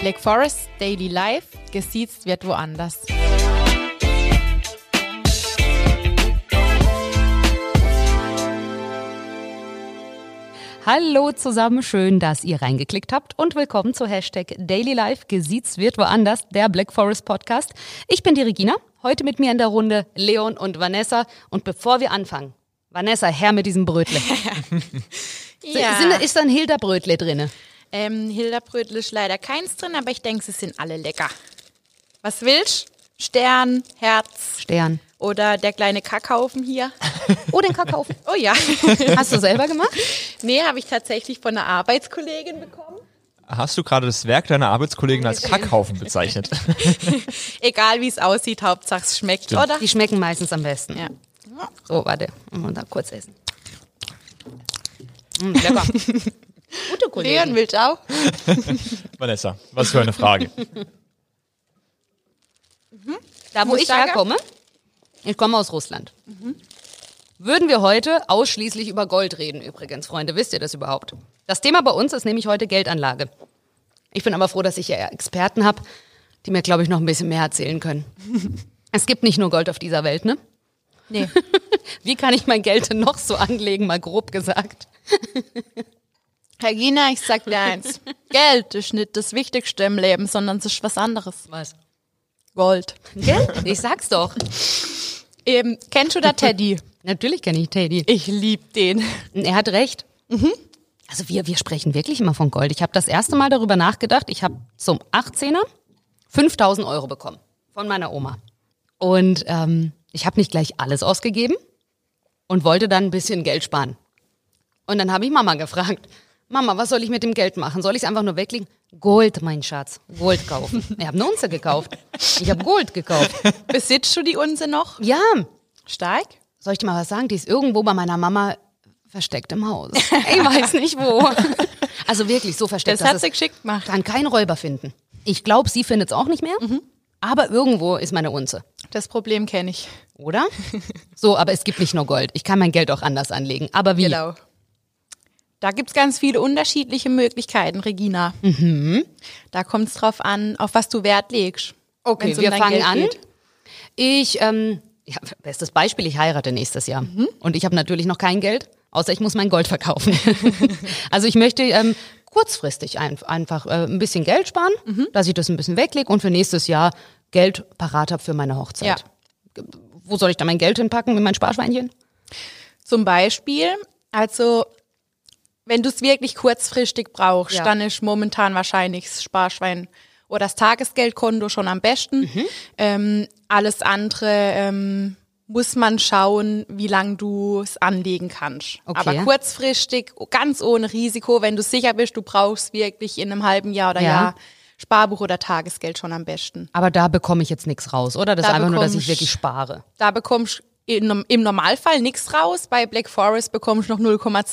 Black Forest Daily Life, gesiezt wird woanders. Hallo zusammen, schön, dass ihr reingeklickt habt und willkommen zu Hashtag Daily Life, gesiezt wird woanders, der Black Forest Podcast. Ich bin die Regina, heute mit mir in der Runde Leon und Vanessa. Und bevor wir anfangen, Vanessa, her mit diesem Brötle. Ja. Ist da ein Hilda-Brötle drin? Hilda-Brötle ist leider keins drin, aber ich denke, sie sind alle lecker. Was willst? Stern, Herz Stern. oder der kleine Kackhaufen hier? Oh, den Kackhaufen. Oh ja. Hast du selber gemacht? Nee, habe ich tatsächlich von einer Arbeitskollegin bekommen. Hast du gerade das Werk deiner Arbeitskollegin als Kackhaufen bezeichnet? Egal wie es aussieht, Hauptsache es schmeckt, Stimmt. oder? Die schmecken meistens am besten. Ja. So, warte, mal da kurz essen. Lecker. Gute Kollegin. Leon, willst du auch? Vanessa, was für eine Frage. Da, wo Muss ich sagen? herkomme, ich komme aus Russland. Würden wir heute ausschließlich über Gold reden übrigens, Freunde, wisst ihr das überhaupt? Das Thema bei uns ist nämlich heute Geldanlage. Ich bin aber froh, dass ich ja Experten habe, die mir, glaube ich, noch ein bisschen mehr erzählen können. Es gibt nicht nur Gold auf dieser Welt, ne? Nee. Wie kann ich mein Geld denn noch so anlegen, mal grob gesagt? Regina, ich sag dir eins. Geld ist nicht das Wichtigste im Leben, sondern es ist was anderes. Was? Gold. Geld? Ich sag's doch. Kennst du da Teddy? Natürlich kenne ich Teddy. Ich lieb den. Er hat recht. Also wir sprechen wirklich immer von Gold. Ich habe das erste Mal darüber nachgedacht. Ich habe zum 18er 5.000 Euro bekommen von meiner Oma. Und ich habe nicht gleich alles ausgegeben und wollte dann ein bisschen Geld sparen. Und dann habe ich Mama gefragt, Mama, was soll ich mit dem Geld machen? Soll ich es einfach nur weglegen? Gold, mein Schatz, Gold kaufen. Ich habe eine Unze gekauft. Ich habe Gold gekauft. Besitzt du die Unze noch? Ja, Stark? soll ich dir mal was sagen? Die ist irgendwo bei meiner Mama versteckt im Haus. Ich weiß nicht wo. Also wirklich so versteckt, Das hat dass sie es geschickt gemacht. kann kein Räuber finden. Ich glaube, sie findet es auch nicht mehr. Aber irgendwo ist meine Unze. Das Problem kenne ich. Oder? So, aber es gibt nicht nur Gold. Ich kann mein Geld auch anders anlegen. Aber wie? Genau. Da gibt's ganz viele unterschiedliche Möglichkeiten, Regina. Da kommt's drauf an, auf was du Wert legst. Okay, wenn's um wir dein fangen Geld an. geht. Ich, bestes Beispiel, ich heirate nächstes Jahr. Und ich habe natürlich noch kein Geld, außer ich muss mein Gold verkaufen. Also ich möchte kurzfristig einfach ein bisschen Geld sparen, dass ich das ein bisschen weglege und für nächstes Jahr Geld parat habe für meine Hochzeit. Wo soll ich da mein Geld hinpacken, in mein Sparschweinchen? Zum Beispiel, also wenn du es wirklich kurzfristig brauchst, Ja. dann ist momentan wahrscheinlich das Sparschwein oder das Tagesgeldkonto schon am besten. Alles andere muss man schauen, wie lange du es anlegen kannst. Okay. Aber kurzfristig, ganz ohne Risiko, wenn du sicher bist, du brauchst wirklich in einem halben Jahr oder Ja. Jahr Sparbuch oder Tagesgeld schon am besten. Aber da bekomme ich jetzt nichts raus, oder? Das ist Da einfach nur, dass ich bekommst- wirklich spare. Da bekommst du im Normalfall nichts raus. Bei Black Forest bekommst du noch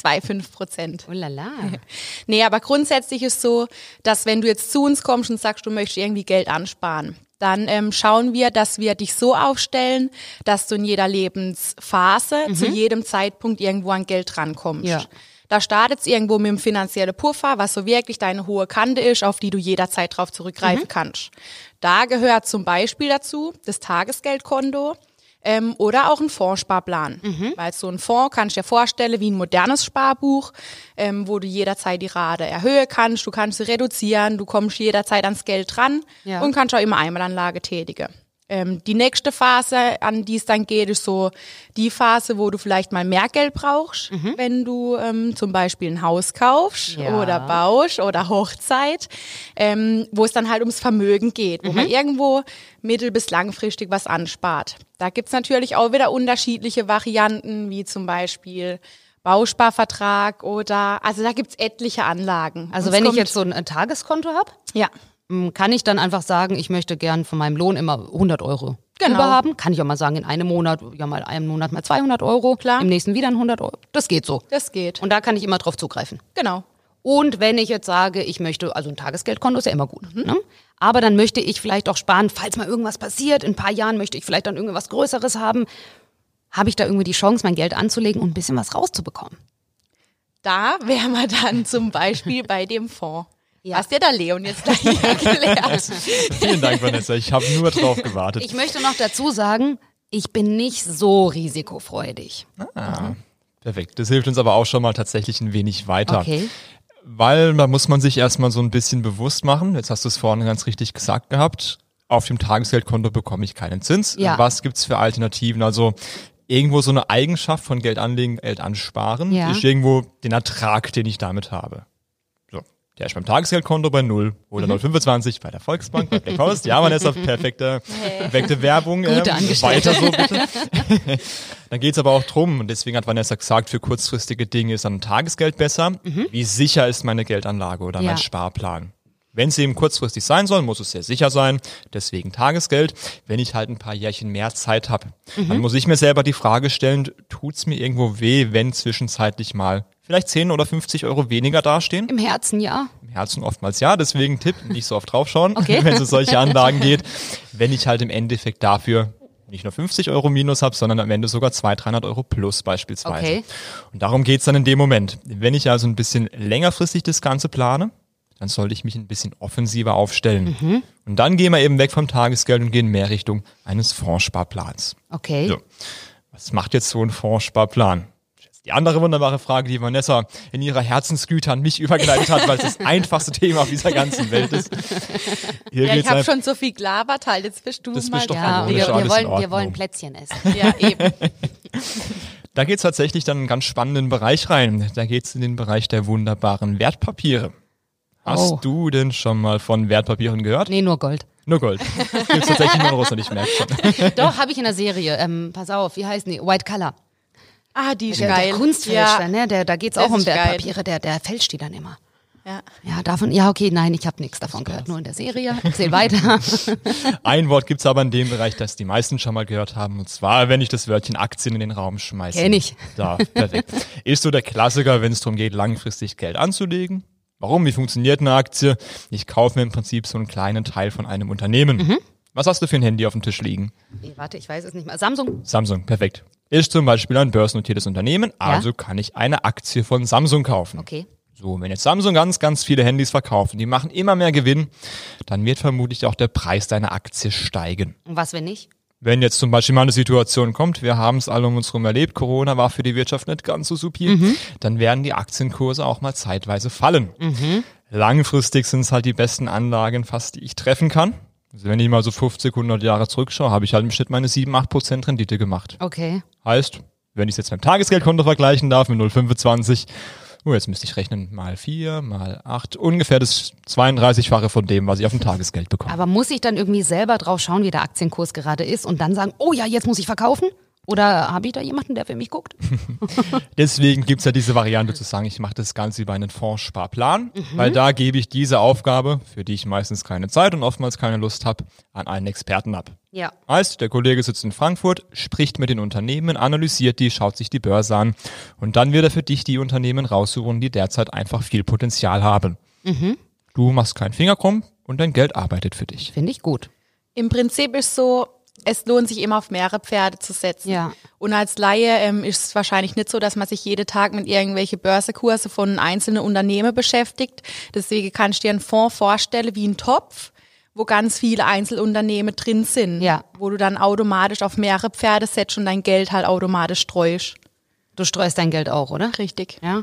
0,25%. Oh la la. Nee, aber grundsätzlich ist so, dass wenn du jetzt zu uns kommst und sagst, du möchtest irgendwie Geld ansparen, dann schauen wir, dass wir dich so aufstellen, dass du in jeder Lebensphase zu jedem Zeitpunkt irgendwo an Geld rankommst. Ja. Da startet es irgendwo mit dem finanziellen Puffer, was so wirklich deine hohe Kante ist, auf die du jederzeit drauf zurückgreifen kannst. Da gehört zum Beispiel dazu das Tagesgeldkonto, oder auch ein Fondssparplan. Weil so ein Fonds kannst du dir vorstellen wie ein modernes Sparbuch, wo du jederzeit die Rate erhöhen kannst, du kannst sie reduzieren, du kommst jederzeit ans Geld ran Ja. und kannst auch immer Einmalanlage tätigen. Die nächste Phase, an die es dann geht, ist so die Phase, wo du vielleicht mal mehr Geld brauchst, wenn du zum Beispiel ein Haus kaufst Ja. oder baust oder Hochzeit, wo es dann halt ums Vermögen geht, wo man irgendwo mittel- bis langfristig was anspart. Da gibt's natürlich auch wieder unterschiedliche Varianten, wie zum Beispiel Bausparvertrag oder, also da gibt's etliche Anlagen. Also Und es wenn ich kommt- jetzt so ein Tageskonto habe, Ja, kann ich dann einfach sagen, ich möchte gern von meinem Lohn immer 100 Euro Genau. überhaben? Kann ich auch mal sagen, in einem Monat, ja mal einen Monat mal 200 Euro, Klar. im nächsten wieder 100 Euro. Das geht so. das geht. Und da kann ich immer drauf zugreifen. Genau. Und wenn ich jetzt sage, ich möchte, also ein Tagesgeldkonto ist ja immer gut, ne? Aber dann möchte ich vielleicht auch sparen, falls mal irgendwas passiert, in ein paar Jahren möchte ich vielleicht dann irgendwas Größeres haben, habe ich da irgendwie die Chance, mein Geld anzulegen und ein bisschen was rauszubekommen. Da wären wir dann zum Beispiel bei dem Fonds. Ja. Was dir da Leon jetzt gleich erklärt. Vielen Dank, Vanessa. Ich habe nur drauf gewartet. Ich möchte noch dazu sagen, ich bin nicht so risikofreudig. Perfekt. Das hilft uns aber auch schon mal tatsächlich ein wenig weiter. Okay. Weil da muss man sich erstmal so ein bisschen bewusst machen. Jetzt hast du es vorhin ganz richtig gesagt gehabt. Auf dem Tagesgeldkonto bekomme ich keinen Zins. Ja. Was gibt's für Alternativen? Also irgendwo so eine Eigenschaft von Geld anlegen, Geld ansparen, Ja. ist irgendwo den Ertrag, den ich damit habe. So, der ist beim Tagesgeldkonto bei 0 oder 0,25 bei der Volksbank, bei Black Post. Ja, Vanessa, perfekte Werbung. Gute Angestellte. Weiter so bitte. Dann geht's aber auch drum, und deswegen hat Vanessa gesagt, für kurzfristige Dinge ist dann ein Tagesgeld besser. Wie sicher ist meine Geldanlage oder Ja. mein Sparplan? Wenn es eben kurzfristig sein soll, muss es sehr sicher sein, deswegen Tagesgeld. Wenn ich halt ein paar Jährchen mehr Zeit habe, dann muss ich mir selber die Frage stellen, tut's mir irgendwo weh, wenn zwischenzeitlich mal vielleicht 10 oder 50 Euro weniger dastehen? Im Herzen ja. Im Herzen oftmals ja, deswegen Tipp, nicht so oft draufschauen, Okay. wenn es um solche Anlagen geht. Wenn ich halt im Endeffekt dafür nicht nur 50 Euro minus habe, sondern am Ende sogar 200-300 Euro plus beispielsweise. Okay. Und darum geht's dann in dem Moment. Wenn ich also ein bisschen längerfristig das Ganze plane, dann sollte ich mich ein bisschen offensiver aufstellen. Und dann gehen wir eben weg vom Tagesgeld und gehen mehr Richtung eines Fondssparplans. Okay. So. Was macht jetzt so ein Fondssparplan? Die andere wunderbare Frage, die Vanessa in ihrer Herzensgüte an mich übergeleitet hat, weil es das einfachste Thema auf dieser ganzen Welt ist. Hier Ja, ich geht's habe einfach- schon so viel gelabert, halt, jetzt bist du Das mal bist doch Ja, Alles wir, in wir, wollen, Ordnung. wir wollen Plätzchen essen. Ja, eben. Da geht's tatsächlich dann in einen ganz spannenden Bereich rein. Da geht's in den Bereich der wunderbaren Wertpapiere. Hast Oh. du denn schon mal von Wertpapieren gehört? Nee, nur Gold. Nur Gold. Gibt's tatsächlich nur in Russland, ich merke schon. Doch, habe ich in der Serie. Pass auf, wie heißen die? White Collar. Ah, die ist Der geil. Kunstfälscher, ja. ne? Da geht's Das auch um ist geil. Wertpapiere, der fälscht die dann immer. Ja. Ja, davon, ja, okay, nein, ich habe nichts davon gehört, nur in der Serie. Erzähl weiter. Ein Wort gibt's aber in dem Bereich, das die meisten schon mal gehört haben, und zwar, wenn ich das Wörtchen Aktien in den Raum schmeiße. Kenn ich. Da, perfekt. Ist so der Klassiker, wenn es darum geht, langfristig Geld anzulegen. Warum? Wie funktioniert eine Aktie? Ich kaufe mir im Prinzip so einen kleinen Teil von einem Unternehmen. Was hast du für ein Handy auf dem Tisch liegen? Nee, warte, ich weiß es nicht mehr. Samsung. Samsung, perfekt. Ist zum Beispiel ein börsennotiertes Unternehmen, also kann ich eine Aktie von Samsung kaufen. Okay. So, wenn jetzt Samsung ganz, ganz viele Handys verkaufen, die machen immer mehr Gewinn, dann wird vermutlich auch der Preis deiner Aktie steigen. Und was, wenn nicht? Wenn jetzt zum Beispiel mal eine Situation kommt, wir haben es alle um uns herum erlebt, Corona war für die Wirtschaft nicht ganz so super, dann werden die Aktienkurse auch mal zeitweise fallen. Langfristig sind es halt die besten Anlagen fast, die ich treffen kann. Also wenn ich mal so 50, 100 Jahre zurückschaue, habe ich halt im Schnitt meine 7-8% Rendite gemacht. Okay. Heißt, wenn ich es jetzt beim Tagesgeldkonto vergleichen darf mit 0,25, jetzt müsste ich rechnen, mal 4, mal 8, ungefähr das 32-fache von dem, was ich auf dem Tagesgeld bekomme. Aber muss ich dann irgendwie selber drauf schauen, wie der Aktienkurs gerade ist und dann sagen, oh ja, jetzt muss ich verkaufen? Oder habe ich da jemanden, der für mich guckt? Deswegen gibt's ja diese Variante zu sagen, ich mache das Ganze über einen Fondssparplan, weil da gebe ich diese Aufgabe, für die ich meistens keine Zeit und oftmals keine Lust habe, an einen Experten ab. Ja. Heißt, der Kollege sitzt in Frankfurt, spricht mit den Unternehmen, analysiert die, schaut sich die Börse an und dann wird er für dich die Unternehmen raussuchen, die derzeit einfach viel Potenzial haben. Du machst keinen Finger krumm und dein Geld arbeitet für dich. Finde ich gut. Im Prinzip ist so, es lohnt sich immer auf mehrere Pferde zu setzen. Ja. Und als Laie ist es wahrscheinlich nicht so, dass man sich jeden Tag mit irgendwelche Börsekurse von einzelnen Unternehmen beschäftigt. Deswegen kannst du dir einen Fonds vorstellen wie ein Topf, wo ganz viele Einzelunternehmen drin sind. Ja. Wo du dann automatisch auf mehrere Pferde setzt und dein Geld halt automatisch streust. Du streust dein Geld auch, oder? Richtig. Ja.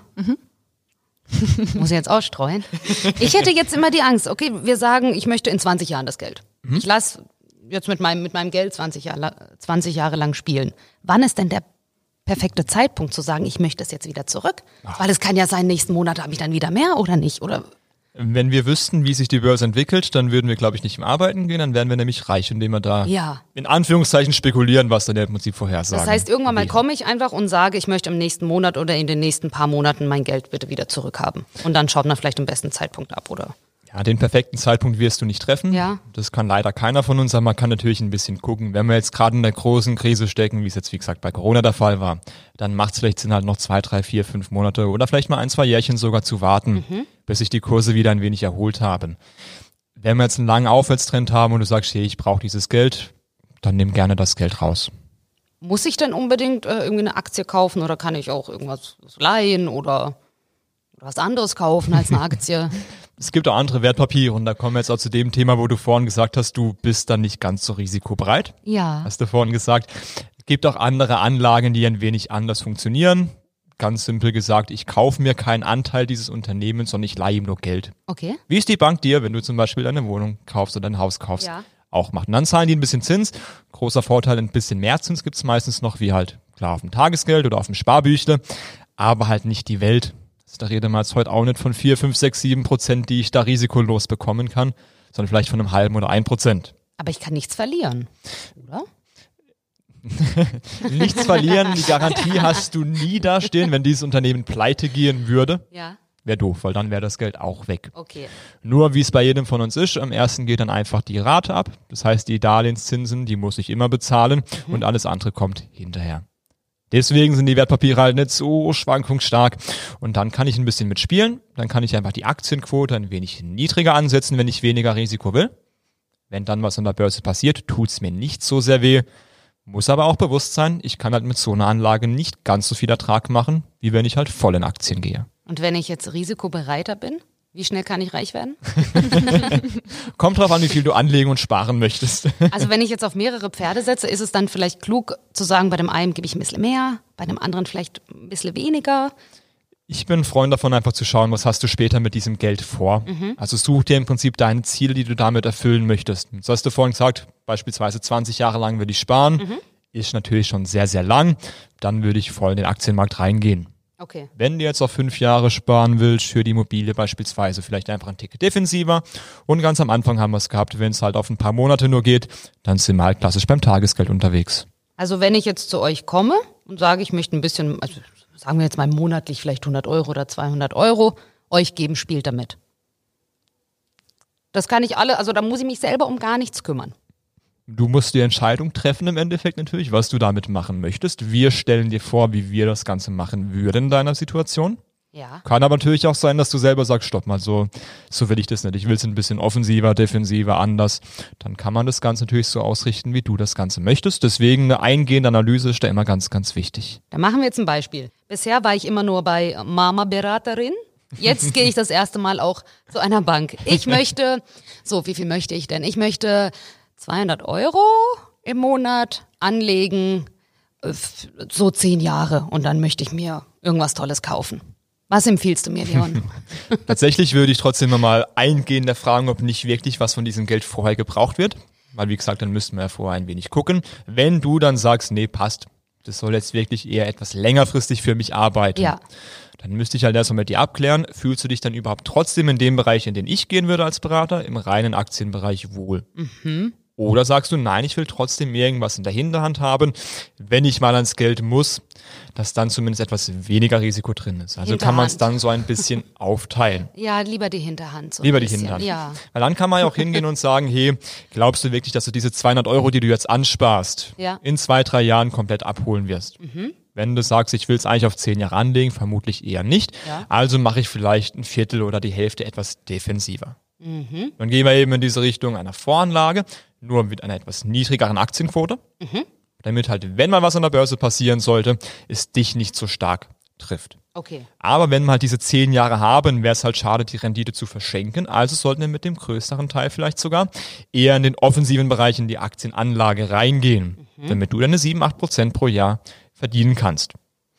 Muss ich jetzt ausstreuen? Ich hätte jetzt immer die Angst, okay, wir sagen, ich möchte in 20 Jahren das Geld. Ich lasse jetzt mit meinem Geld 20 Jahre lang spielen. Wann ist denn der perfekte Zeitpunkt zu sagen, ich möchte es jetzt wieder zurück? Weil es kann ja sein, nächsten Monat habe ich dann wieder mehr oder nicht? Oder Wenn wir wüssten, wie sich die Börse entwickelt, dann würden wir, glaube ich, nicht mehr arbeiten gehen, dann wären wir nämlich reich, indem wir da Ja. in Anführungszeichen spekulieren, was dann im Prinzip vorhersagen. das heißt, irgendwann mal wäre. komme ich einfach und sage, ich möchte im nächsten Monat oder in den nächsten paar Monaten mein Geld bitte wieder zurückhaben. Und dann schaut man vielleicht den besten Zeitpunkt ab, oder? Ja, den perfekten Zeitpunkt wirst du nicht treffen. Ja. Das kann leider keiner von uns, aber man kann natürlich ein bisschen gucken. Wenn wir jetzt gerade in der großen Krise stecken, wie es jetzt wie gesagt bei Corona der Fall war, dann macht es vielleicht Sinn, halt noch 2, 3, 4, 5 Monate oder vielleicht mal 1, 2 Jährchen sogar zu warten, bis sich die Kurse wieder ein wenig erholt haben. Wenn wir jetzt einen langen Aufwärtstrend haben und du sagst, hey, ich brauche dieses Geld, dann nimm gerne das Geld raus. Muss ich denn unbedingt irgendwie eine Aktie kaufen oder kann ich auch irgendwas leihen oder was anderes kaufen als eine Aktie? Es gibt auch andere Wertpapiere und da kommen wir jetzt auch zu dem Thema, wo du vorhin gesagt hast, du bist dann nicht ganz so risikobereit. Ja. Hast du vorhin gesagt. Es gibt auch andere Anlagen, die ein wenig anders funktionieren. Ganz simpel gesagt, ich kaufe mir keinen Anteil dieses Unternehmens, sondern ich leihe ihm nur Geld. Okay. Wie es die Bank dir, wenn du zum Beispiel eine Wohnung kaufst oder ein Haus kaufst, Ja. auch macht. Und dann zahlen die ein bisschen Zins. Großer Vorteil, ein bisschen mehr Zins gibt's meistens noch, wie halt klar auf dem Tagesgeld oder auf dem Sparbüchle, aber halt nicht die Welt. Da reden wir jetzt heute auch nicht von 4, 5, 6, 7%, die ich da risikolos bekommen kann, sondern vielleicht von einem halben oder 1%. Aber ich kann nichts verlieren, oder? Nichts verlieren, die Garantie hast du nie dastehen, wenn dieses Unternehmen pleite gehen würde. Ja. Wäre doof, weil dann wäre das Geld auch weg. Okay. Nur wie es bei jedem von uns ist, am ersten geht dann einfach die Rate ab. Das heißt, die Darlehenszinsen, die muss ich immer bezahlen und alles andere kommt hinterher. Deswegen sind die Wertpapiere halt nicht so schwankungsstark und dann kann ich ein bisschen mitspielen. Dann kann ich einfach die Aktienquote ein wenig niedriger ansetzen, wenn ich weniger Risiko will. Wenn dann was an der Börse passiert, tut's mir nicht so sehr weh. Muss aber auch bewusst sein, ich kann halt mit so einer Anlage nicht ganz so viel Ertrag machen, wie wenn ich halt voll in Aktien gehe. Und wenn ich jetzt risikobereiter bin, wie schnell kann ich reich werden? Kommt drauf an, wie viel du anlegen und sparen möchtest. Also wenn ich jetzt auf mehrere Pferde setze, ist es dann vielleicht klug zu sagen, bei dem einen gebe ich ein bisschen mehr, bei dem anderen vielleicht ein bisschen weniger. Ich bin ein Freund davon, einfach zu schauen, was hast du später mit diesem Geld vor. Also such dir im Prinzip deine Ziele, die du damit erfüllen möchtest. Jetzt hast du vorhin gesagt, beispielsweise 20 Jahre lang würde ich sparen. Ist natürlich schon sehr, sehr lang. Dann würde ich voll in den Aktienmarkt reingehen. Okay. Wenn du jetzt auf 5 Jahre sparen willst, für die Immobilie beispielsweise, vielleicht einfach ein Ticket defensiver. Und ganz am Anfang haben wir es gehabt, wenn es halt auf ein paar Monate nur geht, dann sind wir halt klassisch beim Tagesgeld unterwegs. Also wenn ich jetzt zu euch komme und sage, ich möchte ein bisschen, also sagen wir jetzt mal monatlich vielleicht 100 Euro oder 200 Euro, euch geben, spielt damit. Das kann ich alle, also da muss ich mich selber um gar nichts kümmern. Du musst die Entscheidung treffen im Endeffekt natürlich, was du damit machen möchtest. Wir stellen dir vor, wie wir das Ganze machen würden in deiner Situation. Ja. Kann aber natürlich auch sein, dass du selber sagst, stopp mal, so will ich das nicht. Ich will es ein bisschen offensiver, defensiver, anders. Dann kann man das Ganze natürlich so ausrichten, wie du das Ganze möchtest. Deswegen eine eingehende Analyse ist da immer ganz, ganz wichtig. Da machen wir jetzt ein Beispiel. Bisher war ich immer nur bei Mama-Beraterin. Jetzt gehe ich das erste Mal auch zu einer Bank. Ich möchte, wie viel möchte ich denn? Ich möchte 200 Euro im Monat anlegen, so 10 Jahre und dann möchte ich mir irgendwas Tolles kaufen. Was empfiehlst du mir, Leon? Tatsächlich würde ich trotzdem mal eingehender fragen, ob nicht wirklich was von diesem Geld vorher gebraucht wird. Weil wie gesagt, dann müssten wir ja vorher ein wenig gucken. Wenn du dann sagst, nee, passt, das soll jetzt wirklich eher etwas längerfristig für mich arbeiten. Ja. Dann müsste ich halt erstmal mit dir abklären, fühlst du dich dann überhaupt trotzdem in dem Bereich, in den ich gehen würde als Berater, im reinen Aktienbereich wohl? Oder sagst du, nein, ich will trotzdem irgendwas in der Hinterhand haben, wenn ich mal ans Geld muss, dass dann zumindest etwas weniger Risiko drin ist. Also kann man es dann so ein bisschen aufteilen. Ja, lieber die Hinterhand. So Lieber ein die bisschen. Hinterhand. Ja. Weil dann kann man ja auch hingehen und sagen, hey, glaubst du wirklich, dass du diese 200 Euro, die du jetzt ansparst, Ja. in 2, 3 Jahren komplett abholen wirst? Wenn du sagst, ich will es eigentlich auf 10 Jahre anlegen, vermutlich eher nicht. Ja. Also mache ich vielleicht ein Viertel oder die Hälfte etwas defensiver. Dann gehen wir eben in diese Richtung einer Voranlage, nur mit einer etwas niedrigeren Aktienquote, damit halt, wenn mal was an der Börse passieren sollte, es dich nicht so stark trifft. Okay. Aber wenn wir halt diese 10 Jahre haben, wäre es halt schade, die Rendite zu verschenken. Also sollten wir mit dem größeren Teil vielleicht sogar eher in den offensiven Bereich in die Aktienanlage reingehen, damit du deine 7-8% pro Jahr verdienen kannst.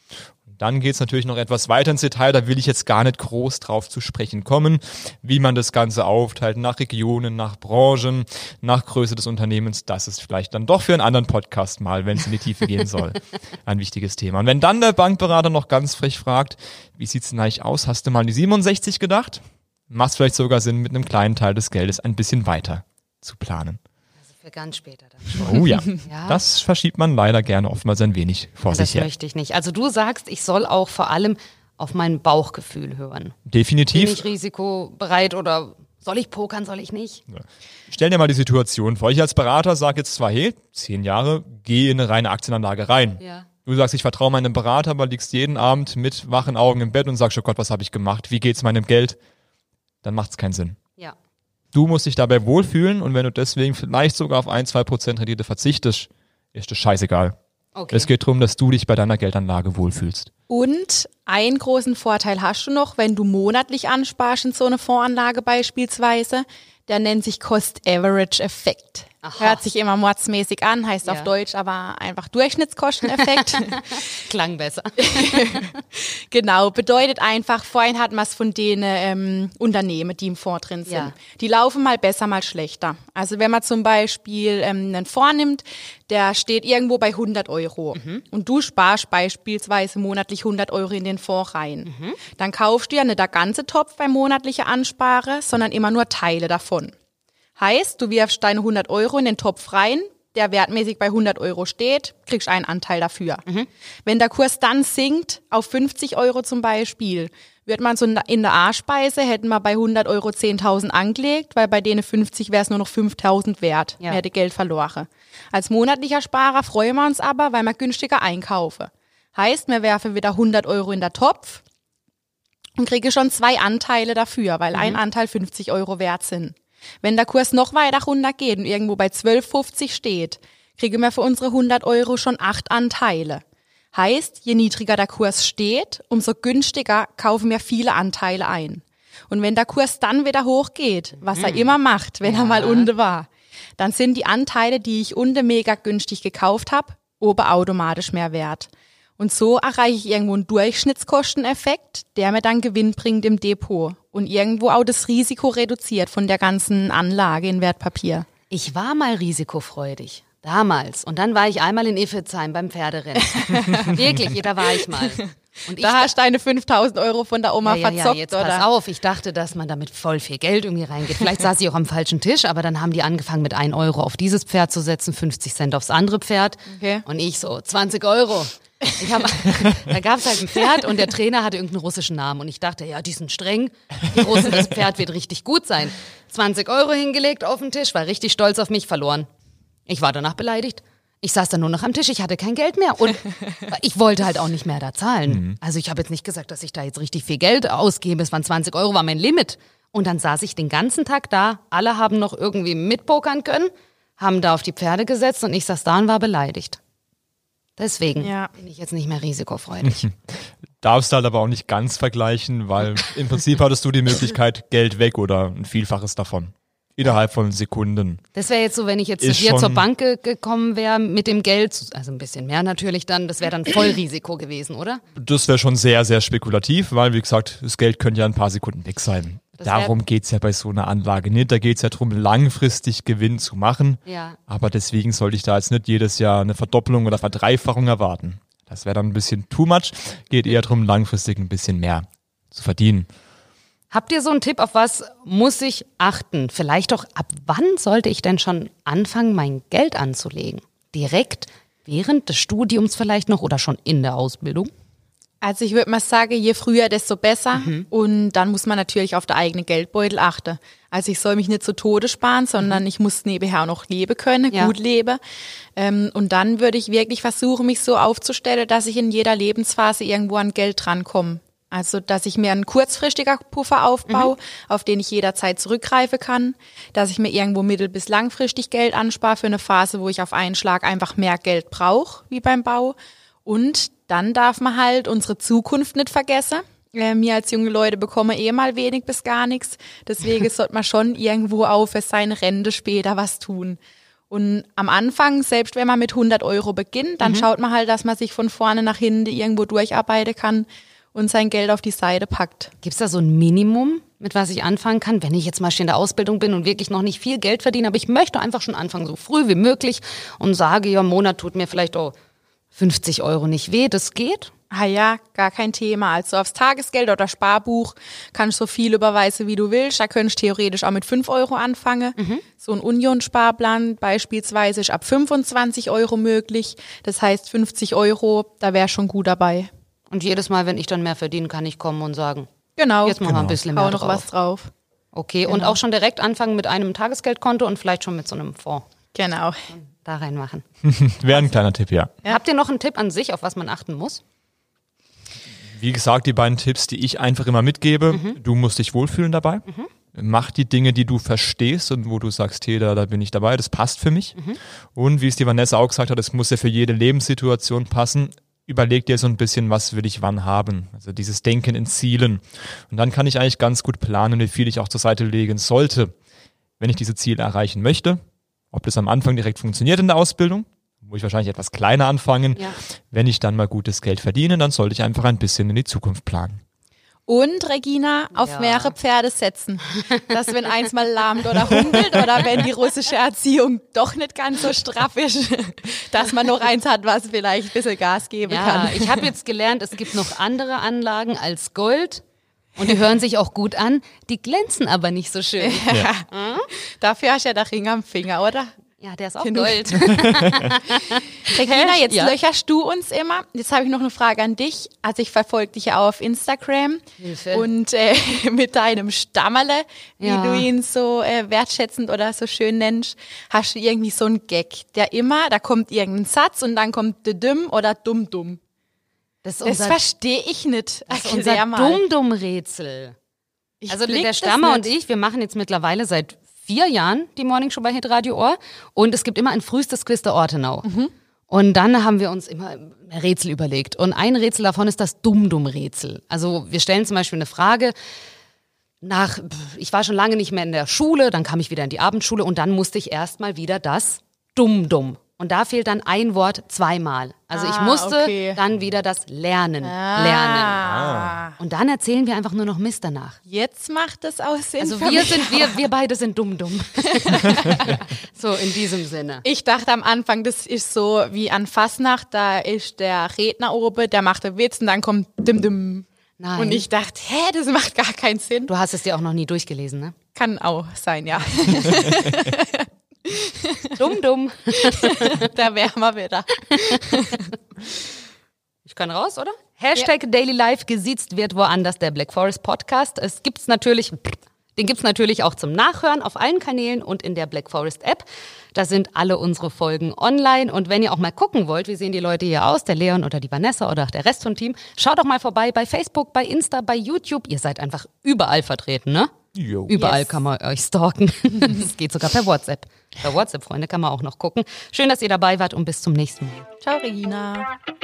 Dann geht's natürlich noch etwas weiter ins Detail, da will ich jetzt gar nicht groß drauf zu sprechen kommen, wie man das Ganze aufteilt nach Regionen, nach Branchen, nach Größe des Unternehmens. Das ist vielleicht dann doch für einen anderen Podcast mal, wenn es in die Tiefe gehen soll, ein wichtiges Thema. Und wenn dann der Bankberater noch ganz frech fragt, wie sieht's denn eigentlich aus? Hast du mal an die 67 gedacht? Macht vielleicht sogar Sinn, mit einem kleinen Teil des Geldes ein bisschen weiter zu planen. Für ganz später dann. Oh ja, Ja. das verschiebt man leider gerne oftmals ein wenig vor Das sich her. möchte ich nicht. Also du sagst, ich soll auch vor allem auf mein Bauchgefühl hören. Bin Definitiv. ich risikobereit oder soll ich pokern, soll ich nicht? Stell dir mal die Situation vor. Ich als Berater sage jetzt zwar, hey, 10 Jahre, geh in eine reine Aktienanlage rein. Ja. Du sagst, ich vertraue meinem Berater, aber liegst jeden Abend mit wachen Augen im Bett und sagst, oh Gott, was habe ich gemacht? Wie geht's meinem Geld? Dann macht's keinen Sinn. Ja. Du musst dich dabei wohlfühlen und wenn du deswegen vielleicht sogar auf 1-2% Rendite verzichtest, ist das scheißegal. Okay. Es geht darum, dass du dich bei deiner Geldanlage wohlfühlst. Und einen großen Vorteil hast du noch, wenn du monatlich ansparst in so eine Voranlage beispielsweise, der nennt sich Cost-Average-Effekt. Hört sich immer mordsmäßig an, heißt auf Deutsch aber einfach Durchschnittskosteneffekt. Klang besser. Genau, bedeutet einfach, vorhin hatten wir es von den Unternehmen, die im Fonds drin sind. Ja. Die laufen mal besser, mal schlechter. Also wenn man zum Beispiel einen Fonds nimmt, der steht irgendwo bei 100 Euro und du sparst beispielsweise monatlich 100 Euro in den Fonds rein. Dann kaufst du ja nicht der ganze Topf beim monatlichen Anspare, sondern immer nur Teile davon. Heißt, du wirfst deine 100 Euro in den Topf rein, der wertmäßig bei 100 Euro steht, kriegst einen Anteil dafür. Wenn der Kurs dann sinkt, auf 50 Euro zum Beispiel, wird man so in der A-Speise, hätten wir bei 100 Euro 10.000 angelegt, weil bei denen 50 wäre es nur noch 5.000 wert, hätte Geld verloren. Als monatlicher Sparer freuen wir uns aber, weil wir günstiger einkaufen. Heißt, wir werfen wieder 100 Euro in der Topf und kriege schon 2 Anteile dafür, weil ein Anteil 50 Euro wert sind. Wenn der Kurs noch weiter runter geht und irgendwo bei 12,50 steht, kriegen wir für unsere 100 Euro schon 8 Anteile. Heißt, je niedriger der Kurs steht, umso günstiger kaufen wir viele Anteile ein. Und wenn der Kurs dann wieder hochgeht, was er immer macht, wenn er mal unten war, dann sind die Anteile, die ich unten mega günstig gekauft habe, oben automatisch mehr wert. Und so erreiche ich irgendwo einen Durchschnittskosteneffekt, der mir dann Gewinn bringt im Depot und irgendwo auch das Risiko reduziert von der ganzen Anlage in Wertpapier. Ich war mal risikofreudig. Damals. Und dann war ich einmal in Iffelsheim beim Pferderennen. Wirklich, da war ich mal. Und Da hast du deine 5.000 Euro von der Oma verzockt, ja, jetzt oder? pass auf, ich dachte, dass man damit voll viel Geld irgendwie reingeht. Vielleicht saß ich auch am falschen Tisch, aber dann haben die angefangen mit 1 Euro auf dieses Pferd zu setzen, 50 Cent aufs andere Pferd. Okay. Und ich so, 20 Euro. Da gab es halt ein Pferd und der Trainer hatte irgendeinen russischen Namen. Und ich dachte, ja, die sind streng. Die Russen, das Pferd wird richtig gut sein. 20 Euro hingelegt auf den Tisch, war richtig stolz auf mich, verloren. Ich war danach beleidigt. Ich saß dann nur noch am Tisch, ich hatte kein Geld mehr und ich wollte halt auch nicht mehr da zahlen. Also ich habe jetzt nicht gesagt, dass ich da jetzt richtig viel Geld ausgebe. Es waren 20 Euro, war mein Limit. Und dann saß ich den ganzen Tag da. Alle haben noch irgendwie mitpokern können, haben da auf die Pferde gesetzt und ich saß da und war beleidigt. Deswegen bin ich jetzt nicht mehr risikofreudig. Darfst halt aber auch nicht ganz vergleichen, weil im Prinzip hattest du die Möglichkeit, Geld weg oder ein Vielfaches davon. Innerhalb von Sekunden. Das wäre jetzt so, wenn ich jetzt zu dir zur Bank gekommen wäre mit dem Geld, also ein bisschen mehr natürlich dann, das wäre dann Vollrisiko gewesen, oder? Das wäre schon sehr, sehr spekulativ, weil, wie gesagt, das Geld könnte ja ein paar Sekunden weg sein. Darum geht's ja bei so einer Anlage nicht. Da geht's ja darum, langfristig Gewinn zu machen. Ja. Aber deswegen sollte ich da jetzt nicht jedes Jahr eine Verdoppelung oder Verdreifachung erwarten. Das wäre dann ein bisschen too much. Geht eher darum, langfristig ein bisschen mehr zu verdienen. Habt ihr so einen Tipp, auf was muss ich achten? Vielleicht auch, ab wann sollte ich denn schon anfangen, mein Geld anzulegen? Direkt während des Studiums vielleicht noch oder schon in der Ausbildung? Also ich würde mal sagen, je früher, desto besser. Und dann muss man natürlich auf den eigenen Geldbeutel achten. Also ich soll mich nicht zu Tode sparen, sondern ich muss nebenher auch noch leben können, gut leben. Und dann würde ich wirklich versuchen, mich so aufzustellen, dass ich in jeder Lebensphase irgendwo an Geld drankomme. Also, dass ich mir einen kurzfristiger Puffer aufbaue, auf den ich jederzeit zurückgreifen kann, dass ich mir irgendwo mittel- bis langfristig Geld anspare für eine Phase, wo ich auf einen Schlag einfach mehr Geld brauche, wie beim Bau. Und dann darf man halt unsere Zukunft nicht vergessen. Wir als junge Leute bekommen mal wenig bis gar nichts. Deswegen sollte man schon irgendwo auch für seine Rente später was tun. Und am Anfang, selbst wenn man mit 100 Euro beginnt, dann schaut man halt, dass man sich von vorne nach hinten irgendwo durcharbeiten kann und sein Geld auf die Seite packt. Gibt's da so ein Minimum, mit was ich anfangen kann, wenn ich jetzt mal schon in der Ausbildung bin und wirklich noch nicht viel Geld verdiene, aber ich möchte einfach schon anfangen, so früh wie möglich und sage, ja, im Monat tut mir vielleicht 50 Euro nicht weh, das geht? Ah ja, gar kein Thema. Also aufs Tagesgeld oder Sparbuch kannst du so viel überweisen, wie du willst. Da könntest du theoretisch auch mit 5 Euro anfangen. So ein Union-Sparplan beispielsweise ist ab 25 Euro möglich. Das heißt 50 Euro, da wäre schon gut dabei. Und jedes Mal, wenn ich dann mehr verdiene, kann ich kommen und sagen, Genau. jetzt machen wir ein bisschen mehr Hau noch drauf. was drauf. Okay, und auch schon direkt anfangen mit einem Tagesgeldkonto und vielleicht schon mit so einem Fonds Genau. da reinmachen. Wäre ein kleiner Tipp, ja. Habt ihr noch einen Tipp an sich, auf was man achten muss? Wie gesagt, die beiden Tipps, die ich einfach immer mitgebe. Du musst dich wohlfühlen dabei. Mach die Dinge, die du verstehst und wo du sagst, hey, da bin ich dabei, das passt für mich. Und wie es die Vanessa auch gesagt hat, es muss ja für jede Lebenssituation passen. überleg dir so ein bisschen, was will ich wann haben. Also dieses Denken in Zielen. Und dann kann ich eigentlich ganz gut planen, wie viel ich auch zur Seite legen sollte, wenn ich diese Ziele erreichen möchte. Ob das am Anfang direkt funktioniert in der Ausbildung, muss ich wahrscheinlich etwas kleiner anfangen. Ja. Wenn ich dann mal gutes Geld verdiene, dann sollte ich einfach ein bisschen in die Zukunft planen. Und Regina, auf mehrere Pferde setzen. Dass wenn eins mal lahmt oder humpelt oder wenn die russische Erziehung doch nicht ganz so straff ist, dass man noch eins hat, was vielleicht ein bisschen Gas geben kann. Ich habe jetzt gelernt, es gibt noch andere Anlagen als Gold. Und die hören sich auch gut an, die glänzen aber nicht so schön. Ja. Dafür hast du ja der Ring am Finger, oder? Ja, der ist auch Gold. Regina, jetzt Ja. löcherst du uns immer. Jetzt habe ich noch eine Frage an dich. Also ich verfolge dich ja auch auf Instagram. Hilfe. Und mit deinem Stammerle, wie Ja. du ihn so wertschätzend oder so schön nennst, hast du irgendwie so einen Gag, da kommt irgendein Satz und dann kommt Dümm oder Dumm. Das ist Das unser, verstehe ich nicht. das ist Erklär unser mal. Dumm-Dumm-Rätsel. Ich Also blick der das Stammer und nicht. ich, wir machen jetzt mittlerweile seit 4 Jahren die Morningshow bei Hitradio Ohr und es gibt immer ein frühestes Quiz der Ortenau. Und dann haben wir uns immer ein Rätsel überlegt und ein Rätsel davon ist das Dumm-Dumm-Rätsel. Also wir stellen zum Beispiel eine Frage ich war schon lange nicht mehr in der Schule, dann kam ich wieder in die Abendschule und dann musste ich erstmal wieder das Dumm-Dumm. Und da fehlt dann ein Wort 2-mal. Also ich musste okay. dann wieder das Lernen lernen. Und dann erzählen wir einfach nur noch Mist danach. Jetzt macht es auch Sinn. Also für mich. wir beide sind dumm. So in diesem Sinne. Ich dachte am Anfang, das ist so wie an Fasnacht, da ist der Redner oben, der macht einen Witz und dann kommt Dim. Nein. Und ich dachte, das macht gar keinen Sinn. Du hast es dir auch noch nie durchgelesen, ne? Kann auch sein, ja. Dumm. Da wären wir wieder. Ich kann raus, oder? Hashtag Daily Life gesiezt wird woanders, der Black Forest Podcast. Den gibt's natürlich auch zum Nachhören auf allen Kanälen und in der Black Forest App. Da sind alle unsere Folgen online. Und wenn ihr auch mal gucken wollt, wie sehen die Leute hier aus, der Leon oder die Vanessa oder auch der Rest vom Team, schaut doch mal vorbei bei Facebook, bei Insta, bei YouTube. Ihr seid einfach überall vertreten, ne? Jo. Überall Yes. kann man euch stalken. Das geht sogar per WhatsApp. Per WhatsApp, Freunde, kann man auch noch gucken. Schön, dass ihr dabei wart und bis zum nächsten Mal. Ciao, Regina.